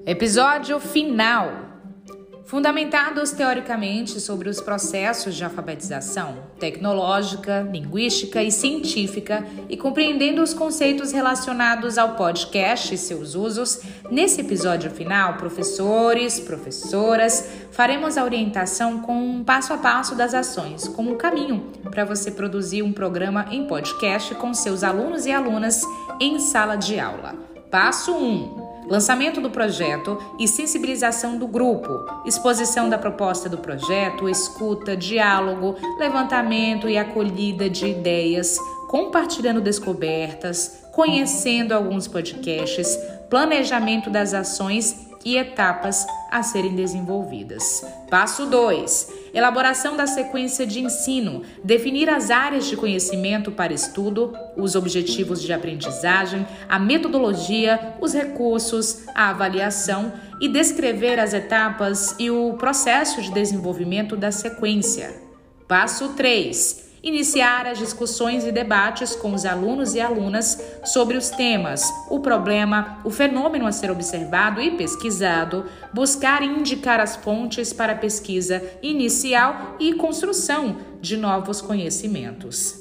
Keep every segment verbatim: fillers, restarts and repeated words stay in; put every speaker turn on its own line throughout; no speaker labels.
Episódio final. Fundamentados teoricamente sobre os processos de alfabetização tecnológica, linguística e científica e compreendendo os conceitos relacionados ao podcast e seus usos, nesse episódio final, professores, professoras, faremos a orientação com um passo a passo das ações, como um caminho para você produzir um programa em podcast com seus alunos e alunas em sala de aula. Passo um. Lançamento do projeto e sensibilização do grupo, exposição da proposta do projeto, escuta, diálogo, levantamento e acolhida de ideias, compartilhando descobertas, conhecendo alguns podcasts, planejamento das ações e etapas a serem desenvolvidas. Passo dois. Elaboração da sequência de ensino, definir as áreas de conhecimento para estudo, os objetivos de aprendizagem, a metodologia, os recursos, a avaliação e descrever as etapas e o processo de desenvolvimento da sequência. Passo três. Iniciar as discussões e debates com os alunos e alunas sobre os temas, o problema, o fenômeno a ser observado e pesquisado, buscar e indicar as fontes para a pesquisa inicial e construção de novos conhecimentos.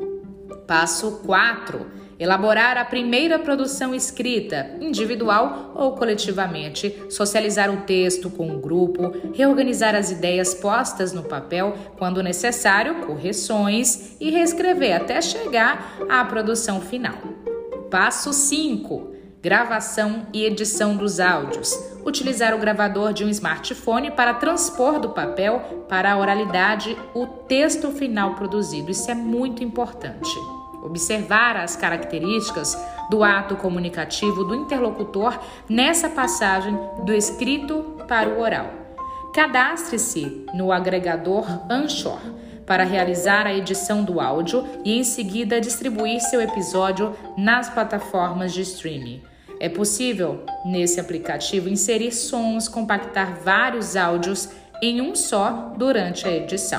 Passo quatro. Elaborar a primeira produção escrita, individual ou coletivamente, socializar o texto com o grupo, reorganizar as ideias postas no papel, quando necessário, correções e reescrever até chegar à produção final. Passo cinco. Gravação e edição dos áudios. Utilizar o gravador de um smartphone para transpor do papel para a oralidade o texto final produzido. Isso é muito importante. Observar as características do ato comunicativo do interlocutor nessa passagem do escrito para o oral. Cadastre-se no agregador Anchor para realizar a edição do áudio e em seguida distribuir seu episódio nas plataformas de streaming. É possível, nesse aplicativo, inserir sons, compactar vários áudios em um só durante a edição.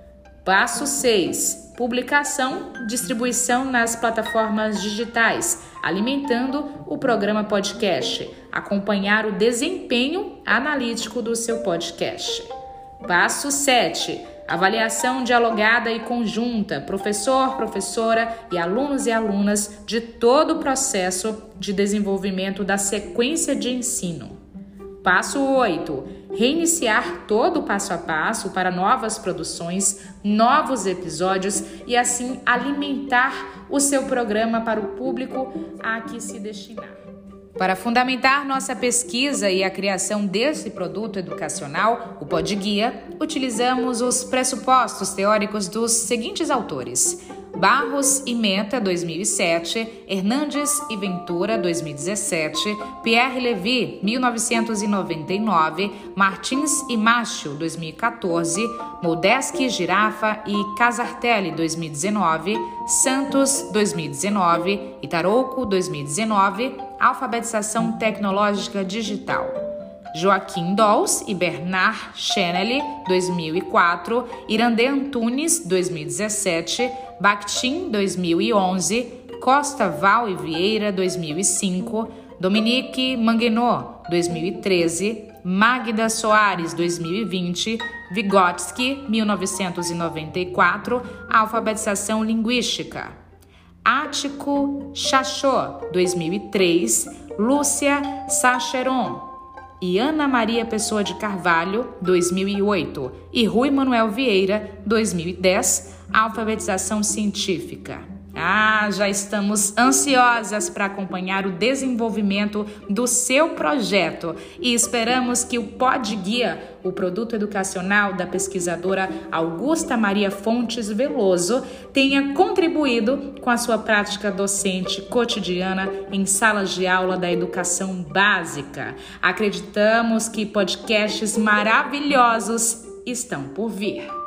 Passo seis. Publicação, distribuição nas plataformas digitais, alimentando o programa podcast. Acompanhar o desempenho analítico do seu podcast. Passo sete. Avaliação dialogada e conjunta, professor, professora e alunos e alunas de todo o processo de desenvolvimento da sequência de ensino. Passo oito. Reiniciar todo o passo a passo para novas produções, novos episódios e assim alimentar o seu programa para o público a que se destinar. Para fundamentar nossa pesquisa e a criação desse produto educacional, o Podguia, utilizamos os pressupostos teóricos dos seguintes autores: Barros e Menta, dois mil e sete, Hernandes e Ventura, dois mil e dezessete, Pierre Levy, mil novecentos e noventa e nove, Martins e Macho, dois mil e quatorze, Moldeschi, Girafa e Casartelli, dois mil e dezenove, Santos, dois mil e dezenove, Itarouco, dois mil e dezenove, Alfabetização Tecnológica Digital. Joaquim Dolls e Bernard Chenely, dois mil e quatro, Irandê Antunes, dois mil e dezessete, Bakhtin, dois mil e onze, Costa Val e Vieira, dois mil e cinco, Dominique Manguenot, dois mil e treze, Magda Soares, dois mil e vinte, Vygotsky, mil novecentos e noventa e quatro, Alfabetização Linguística. Ático Chachot, dois mil e três, Lúcia Sacheron e Ana Maria Pessoa de Carvalho, dois mil e oito, e Rui Manuel Vieira, dois mil e dez, Alfabetização Científica. Ah, já estamos ansiosas para acompanhar o desenvolvimento do seu projeto e esperamos que o Podguia, o produto educacional da pesquisadora Augusta Maria Fontes Veloso, tenha contribuído com a sua prática docente cotidiana em salas de aula da educação básica. Acreditamos que podcasts maravilhosos estão por vir.